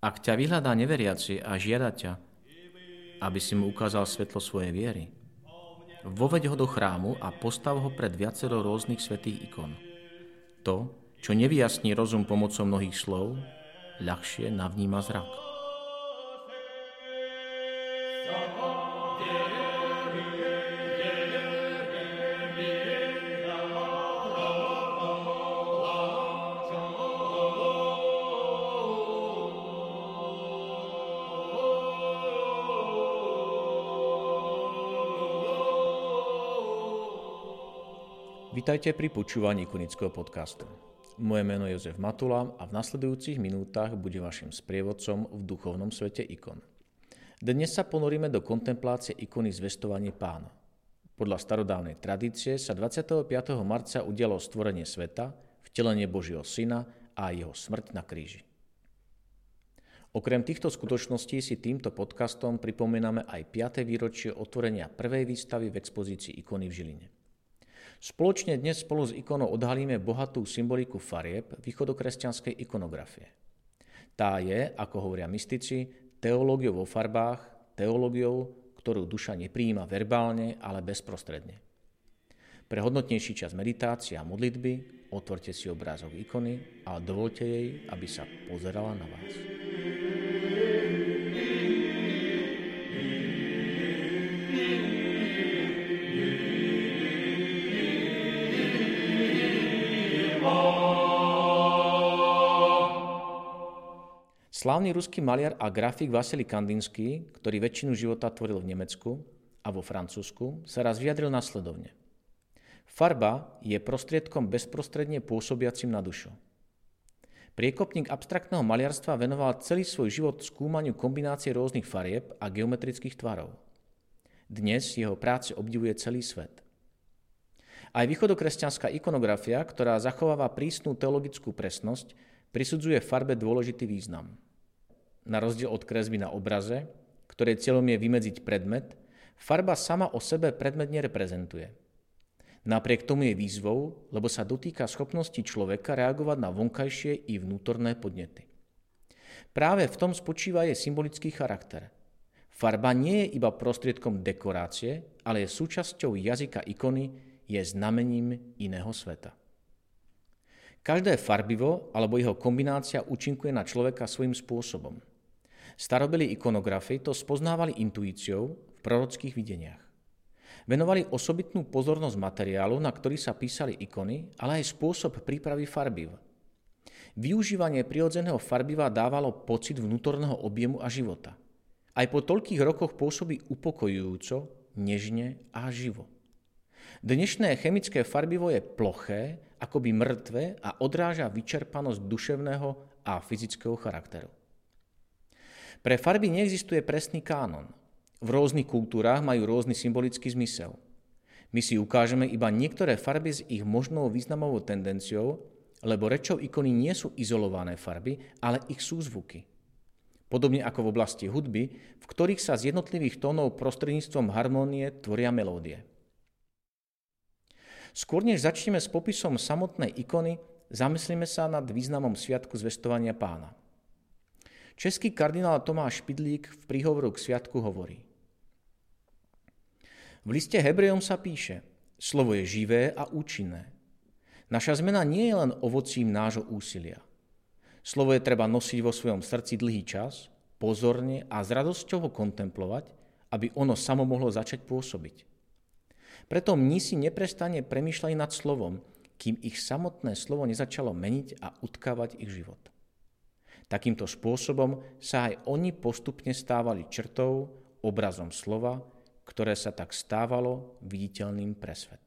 Ak ťa vyhľadá neveriaci a žiada ťa, aby si mu ukázal svetlo svojej viery, voveď ho do chrámu a postav ho pred viacero rôznych svätých ikon. To, čo nevyjasní rozum pomocou mnohých slov, ľahšie navníma zrak. Vitajte pri počúvaní ikonického podcastu. Moje meno je Jozef Matula a v nasledujúcich minútach bude vašim sprievodcom v duchovnom svete ikon. Dnes sa ponoríme do kontemplácie ikony Zvestovanie Pána. Podľa starodávnej tradície sa 25. marca udialo stvorenie sveta, vtelenie Božieho Syna a jeho smrť na kríži. Okrem týchto skutočností si týmto podcastom pripomíname aj 5. výročie otvorenia prvej výstavy v expozícii ikony v Žiline. Spoločne dnes spolu s ikonou odhalíme bohatú symboliku farieb východokresťanskej ikonografie. Tá je, ako hovoria mystici, teológiou vo farbách, teológiou, ktorú duša neprijíma verbálne, ale bezprostredne. Pre hodnotnejší čas meditácie a modlitby otvorte si obrázok ikony a dovoľte jej, aby sa pozerala na vás. Slávny ruský maliar a grafik Vasilij Kandinský, ktorý väčšinu života tvoril v Nemecku a vo Francúzsku, sa raz vyjadril nasledovne. Farba je prostriedkom bezprostredne pôsobiacim na dušu. Priekopník abstraktného maliarstva venoval celý svoj život skúmaniu kombinácie rôznych farieb a geometrických tvarov. Dnes jeho práce obdivuje celý svet. Aj východokresťanská ikonografia, ktorá zachováva prísnu teologickú presnosť, prisudzuje farbe dôležitý význam. Na rozdiel od kresby na obraze, ktorej cieľom je vymedziť predmet, farba sama o sebe predmet nereprezentuje. Napriek tomu je výzvou, lebo sa dotýka schopnosti človeka reagovať na vonkajšie i vnútorné podnety. Práve v tom spočíva jej symbolický charakter. Farba nie je iba prostriedkom dekorácie, ale je súčasťou jazyka ikony, je znamením iného sveta. Každé farbivo alebo jeho kombinácia účinkuje na človeka svojím spôsobom. Starobylí ikonografi to spoznávali intuíciou v prorockých videniach. Venovali osobitnú pozornosť materiálu, na ktorý sa písali ikony, ale aj spôsob prípravy farbiv. Využívanie prirodzeného farbiva dávalo pocit vnútorného objemu a života. Aj po toľkých rokoch pôsobí upokojujúco, nežne a živo. Dnešné chemické farbivo je ploché, akoby mŕtve a odráža vyčerpanosť duševného a fyzického charakteru. Pre farby neexistuje presný kánon. V rôznych kultúrách majú rôzny symbolický zmysel. My si ukážeme iba niektoré farby s ich možnou významovou tendenciou, lebo rečou ikony nie sú izolované farby, ale ich súzvuky. Podobne ako v oblasti hudby, v ktorých sa z jednotlivých tónov prostredníctvom harmónie tvoria melódie. Skôr než začneme s popisom samotnej ikony, zamyslíme sa nad významom sviatku Zvestovania Pána. Český kardinál Tomáš Špidlík v príhovoru k sviatku hovorí: V liste Hebrejom sa píše: Slovo je živé a účinné. Naša zmena nie je len ovocím nášho úsilia. Slovo je treba nosiť vo svojom srdci dlhý čas, pozorne a s radosťou ho kontemplovať, aby ono samo mohlo začať pôsobiť. Preto mnísi neprestane premýšľali nad slovom, kým ich samotné slovo nezačalo meniť a utkávať ich život. Takýmto spôsobom sa aj oni postupne stávali črtou, obrazom slova, ktoré sa tak stávalo viditeľným pre svet.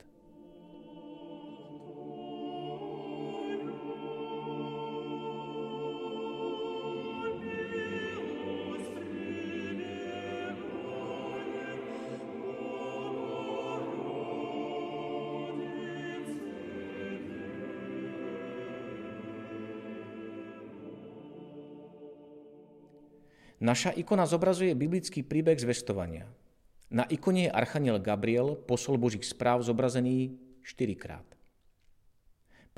Naša ikona zobrazuje biblický príbeh zvestovania. Na ikone je archaniel Gabriel, posol Božích správ, zobrazený 4-krát.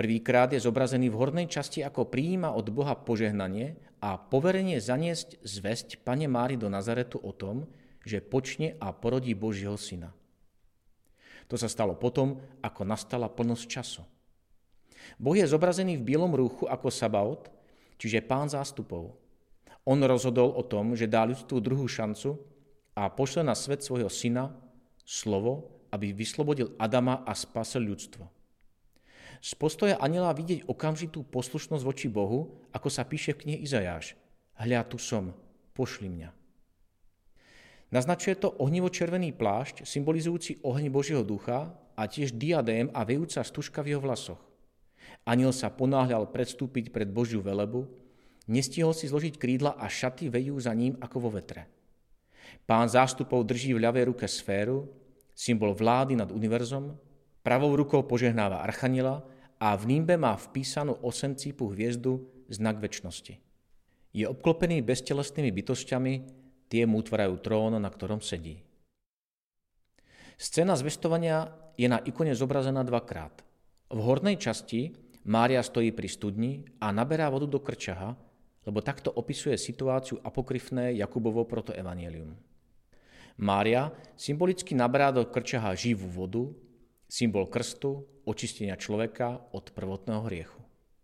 Prvýkrát je zobrazený v hornej časti, ako prijíma od Boha požehnanie a poverenie zaniesť zvesť Panne Márii do Nazaretu o tom, že počne a porodí Božieho syna. To sa stalo potom, ako nastala plnosť času. Boh je zobrazený v bielom rúchu ako Sabaot, čiže Pán zástupov. On rozhodol o tom, že dá ľudstvu druhú šancu a pošle na svet svojho syna, slovo, aby vyslobodil Adama a spasil ľudstvo. Z postoja anjela vidieť okamžitú poslušnosť voči Bohu, ako sa píše v knihe Izajáš. Hľa, tu som, pošli mňa. Naznačuje to ohnivo-červený plášť, symbolizujúci oheň Božieho ducha a tiež diadém a vejúca stužka v jeho vlasoch. Anjel sa ponáhľal predstúpiť pred Božiu velebu, nestihol si zložiť krídla a šaty vejú za ním ako vo vetre. Pán zástupov drží v ľavej ruke sféru, symbol vlády nad univerzom, pravou rukou požehnáva archaniela a v nímbe má vpísanú osemcípu hviezdu, znak večnosti. Je obklopený beztelesnými bytosťami, tie mu utvárajú trón, na ktorom sedí. Scéna zvestovania je na ikone zobrazená dvakrát. V hornej časti Mária stojí pri studni a naberá vodu do krčaha, lebo takto opisuje situáciu apokryfné Jakubovo protoevangelium. Mária symbolicky naberá do krčaha živú vodu, symbol krstu, očistenia človeka od prvotného hriechu.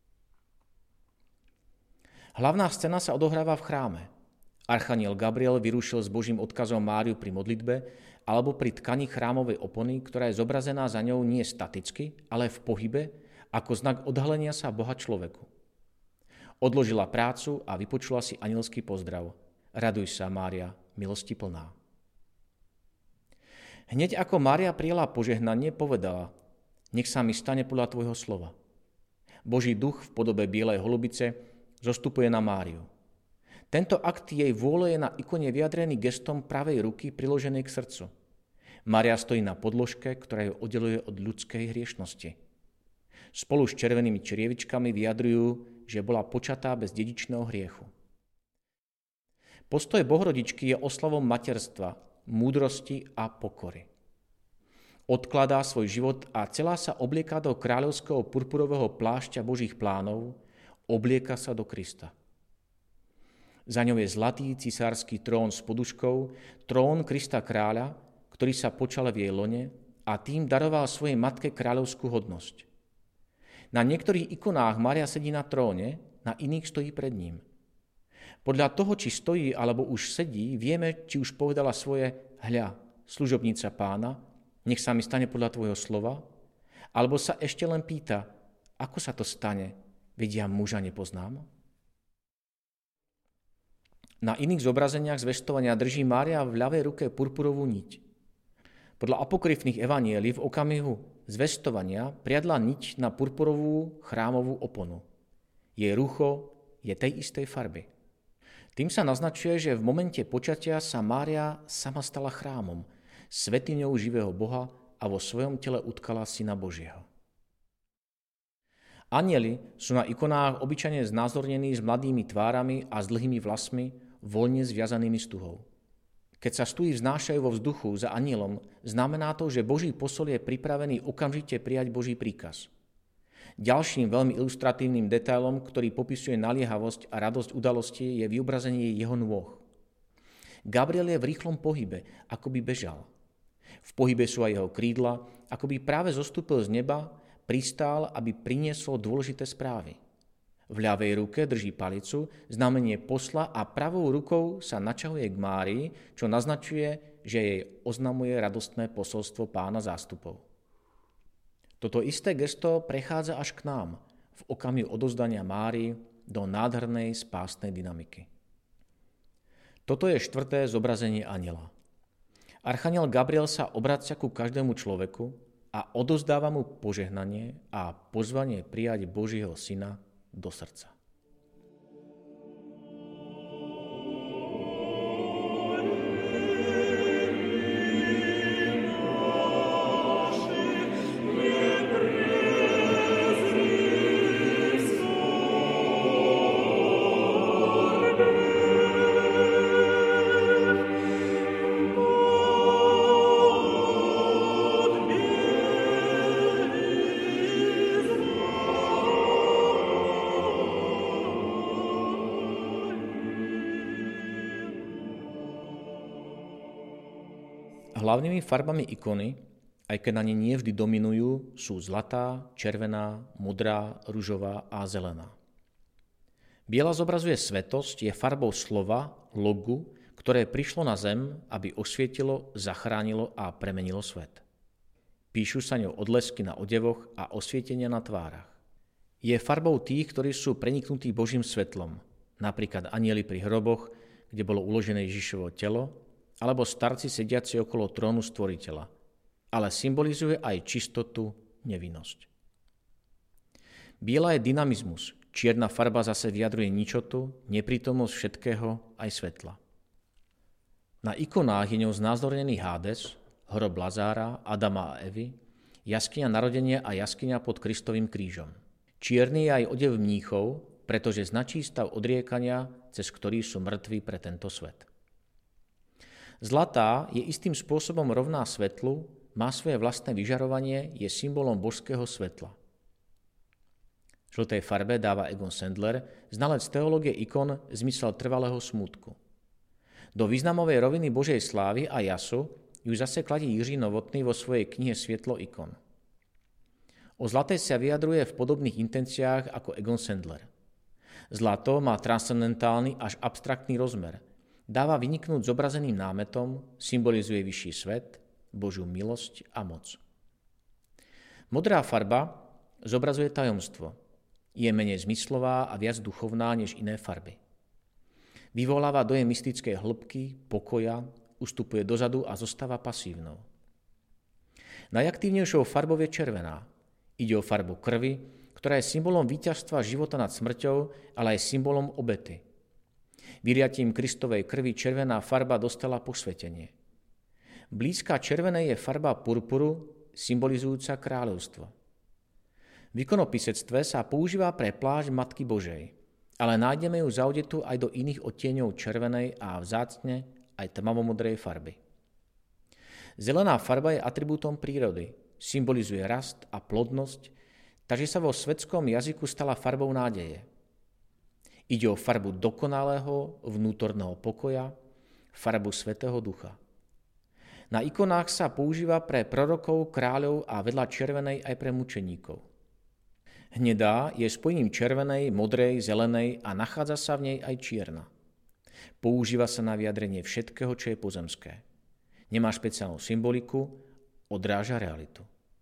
Hlavná scéna sa odohráva v chráme. Archaniel Gabriel vyrušil s Božím odkazom Máriu pri modlitbe alebo pri tkaní chrámovej opony, ktorá je zobrazená za ňou nie staticky, ale v pohybe, ako znak odhalenia sa Boha človeku. Odložila prácu a vypočula si anielský pozdrav. Raduj sa, Mária, milosti plná. Hneď ako Mária prijala požehnanie, povedala: Nech sa mi stane podľa tvojho slova. Boží duch v podobe bielej holubice zostupuje na Máriu. Tento akt jej vôle je na ikone vyjadrený gestom pravej ruky priloženej k srdcu. Mária stojí na podložke, ktorá ju oddeluje od ľudskej hriešnosti. Spolu s červenými črievičkami vyjadrujú, že bola počatá bez dedičného hriechu. Postoj Bohorodičky je oslavom materstva, múdrosti a pokory. Odkladá svoj život a celá sa oblieka do kráľovského purpurového plášťa Božích plánov, oblieka sa do Krista. Za ňou je zlatý cisársky trón s poduškou, trón Krista kráľa, ktorý sa počal v jej lone a tým daroval svojej matke kráľovskú hodnosť. Na niektorých ikonách Mária sedí na tróne, na iných stojí pred ním. Podľa toho, či stojí alebo už sedí, vieme, či už povedala svoje: Hľa, služobnica Pána, nech sa mi stane podľa tvojho slova, alebo sa ešte len pýta: Ako sa to stane, veď ja muža nepoznám? Na iných zobrazeniach zvestovania drží Mária v ľavej ruke purpurovú niť. Podľa apokryfných evanielí v okamihu zvestovania priadla niť na purpurovú chrámovú oponu. Jej rucho je tej istej farby. Tým sa naznačuje, že v momente počatia sa Mária sama stala chrámom, svätyňou živého Boha a vo svojom tele utkala Syna Božieho. Anjeli sú na ikonách obyčajne znázornení s mladými tvárami a s dlhými vlasmi, voľne zviazanými stuhou. Keď sa stuhy vznášajú vo vzduchu za anjelom, znamená to, že Boží posol je pripravený okamžite prijať Boží príkaz. Ďalším veľmi ilustratívnym detailom, ktorý popisuje naliehavosť a radosť udalosti, je vyobrazenie jeho nôh. Gabriel je v rýchlom pohybe, ako by bežal. V pohybe sú aj jeho krídla, ako by práve zostúpil z neba, pristál, aby priniesol dôležité správy. V ľavej ruke drží palicu, znamenie posla, a pravou rukou sa načahuje k Márii, čo naznačuje, že jej oznamuje radostné posolstvo Pána zástupov. Toto isté gesto prechádza až k nám, v okamihu odovzdania Márii do nádhernej spásnej dynamiky. Toto je 4. zobrazenie anjela. Archaniel Gabriel sa obracia ku každému človeku a odovzdáva mu požehnanie a pozvanie prijať Božieho Syna do srdca. Hlavnými farbami ikony, aj keď na ne nie vždy dominujú, sú zlatá, červená, modrá, ružová a zelená. Biela zobrazuje svetosť, je farbou slova, logu, ktoré prišlo na zem, aby osvietilo, zachránilo a premenilo svet. Píšu sa ňou odlesky na odevoch a osvietenia na tvárach. Je farbou tých, ktorí sú preniknutí Božím svetlom, napríklad anjeli pri hroboch, kde bolo uložené Ježišovo telo, alebo starci sediaci okolo trónu Stvoriteľa, ale symbolizuje aj čistotu, nevinnosť. Biela je dynamizmus, čierna farba zase vyjadruje ničotu, neprítomnosť všetkého, aj svetla. Na ikonách je ňou znázornený Hádes, hrob Lazára, Adama a Evy, jaskyňa narodenia a jaskyňa pod Kristovým krížom. Čierny je aj odev mníchov, pretože značí stav odriekania, cez ktorý sú mŕtvi pre tento svet. Zlatá je istým spôsobom rovná svetlu, má svoje vlastné vyžarovanie, je symbolom božského svetla. V žltej farbe dáva Egon Sandler, znalec teológie ikon, zmysel trvalého smútku. Do významovej roviny Božej slávy a jasu ju zase kladí Jiří Novotný vo svojej knihe Svietlo ikon. O zlatej sa vyjadruje v podobných intenciách ako Egon Sandler. Zlato má transcendentálny až abstraktný rozmer. Dáva vyniknúť zobrazeným námetom, symbolizuje vyšší svet, Božiu milosť a moc. Modrá farba zobrazuje tajomstvo. Je menej zmyslová a viac duchovná než iné farby. Vyvoláva dojem mystickej hĺbky, pokoja, ustupuje dozadu a zostáva pasívnou. Najaktívnejšou farbou je červená. Ide o farbu krvi, ktorá je symbolom víťazstva života nad smrťou, ale aj symbolom obety. Vyliatím Kristovej krvi červená farba dostala posvetenie. Blízka červenej je farba purpuru, symbolizujúca kráľovstvo. V ikonopisectve sa používa pre plášť Matky Božej, ale nájdeme ju zaodetú aj do iných odtieňov červenej a vzácne aj tmavomodrej farby. Zelená farba je atribútom prírody, symbolizuje rast a plodnosť, takže sa vo svetskom jazyku stala farbou nádeje. Ide o farbu dokonalého vnútorného pokoja, farbu Svätého Ducha. Na ikonách sa používa pre prorokov, kráľov a vedľa červenej aj pre mučeníkov. Hnedá je spojením červenej, modrej, zelenej a nachádza sa v nej aj čierna. Používa sa na vyjadrenie všetkého, čo je pozemské. Nemá špeciálnu symboliku, odráža realitu.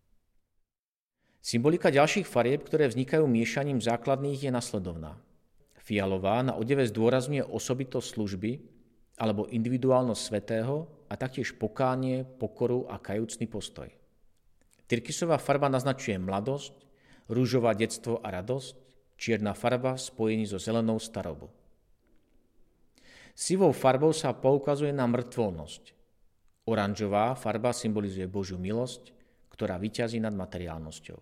Symbolika ďalších farieb, ktoré vznikajú miešaním základných, je nasledovná. Fialová na odeve zdôrazňuje osobitosť služby alebo individuálnosť svätého a taktiež pokánie, pokoru a kajúcny postoj. Tyrkysová farba naznačuje mladosť, rúžová detstvo a radosť, čierna farba v spojení so zelenou starobu. Sivou farbou sa poukazuje na mŕtvolnosť. Oranžová farba symbolizuje Božiu milosť, ktorá vyťazí nad materiálnosťou.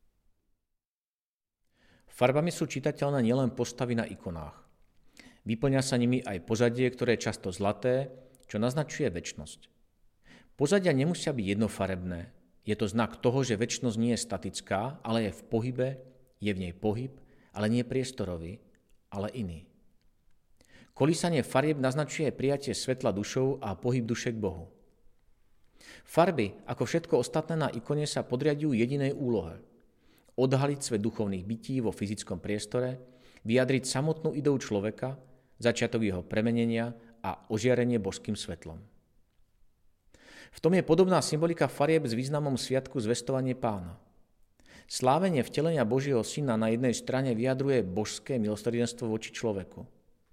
Farbami sú čitateľné nielen postavy na ikonách. Vyplňa sa nimi aj pozadie, ktoré je často zlaté, čo naznačuje večnosť. Pozadia nemusia byť jednofarebné. Je to znak toho, že večnosť nie je statická, ale je v pohybe, je v nej pohyb, ale nie priestorový, ale iný. Kolísanie farieb naznačuje prijatie svetla dušou a pohyb duše k Bohu. Farby, ako všetko ostatné na ikone, sa podriadujú jedinej úlohe. Odhaliť svet duchovných bytí vo fyzickom priestore, vyjadriť samotnú ideu človeka, začiatok jeho premenenia a ožiarenie božským svetlom. V tom je podobná symbolika farieb s významom sviatku Zvestovanie Pána. Slávenie vtelenia Božieho Syna na jednej strane vyjadruje božské milosrdenstvo voči človeku.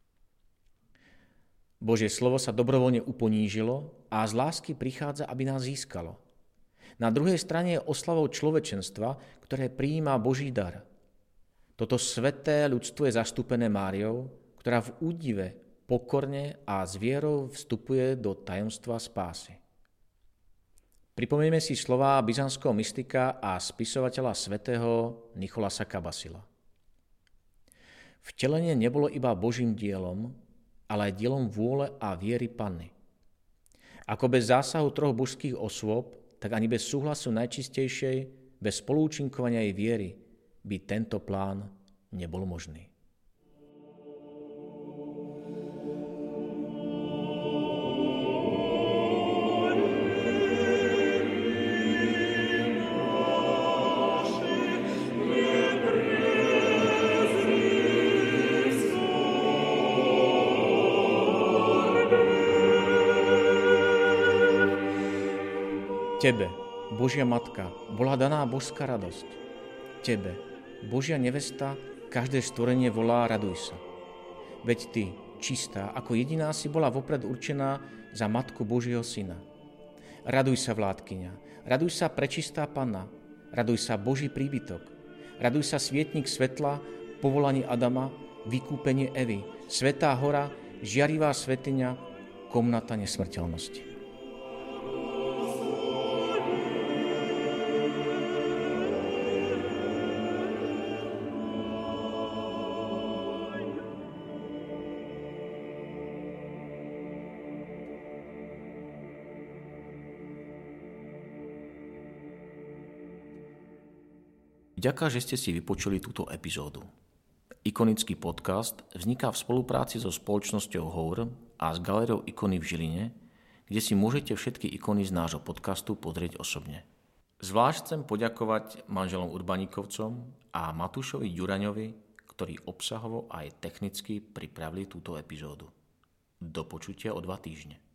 Božie slovo sa dobrovoľne uponížilo a z lásky prichádza, aby nás získalo. Na druhej strane je oslavou človečenstva, ktoré prijíma Boží dar. Toto sveté ľudstvo je zastúpené Máriou, ktorá v údive, pokorne a s vierou vstupuje do tajomstva spásy. Pripomenieme si slová byzantského mystika a spisovateľa svätého Nicholasa Kabasila. Vtelenie nebolo iba Božím dielom, ale aj dielom vôle a viery Panny. Ako bez zásahu troch božských osôb, tak ani bez súhlasu najčistejšej, bez spolúčinkovania jej viery, by tento plán nebol možný. Tebe, Božia Matka, bola daná božská radosť. Tebe, Božia nevesta, každé stvorenie volá raduj sa. Veď ty, čistá, ako jediná si bola vopred určená za Matku Božieho Syna. Raduj sa, vládkyňa, raduj sa, prečistá Panna, raduj sa, Boží príbytok, raduj sa, svietnik svetla, povolanie Adama, vykúpenie Evy, svätá hora, žiarivá svätyňa, komnata nesmrteľnosti. Ďakujem, že ste si vypočuli túto epizódu. Ikonický podcast vzniká v spolupráci so spoločnosťou Hour a s galériou Ikony v Žiline, kde si môžete všetky ikony z nášho podcastu pozrieť osobne. Zvlášť chcem poďakovať manželom Urbaníkovcom a Matúšovi Ďuraňovi, ktorí obsahovo aj technicky pripravili túto epizódu. Do počutia o 2 týždne.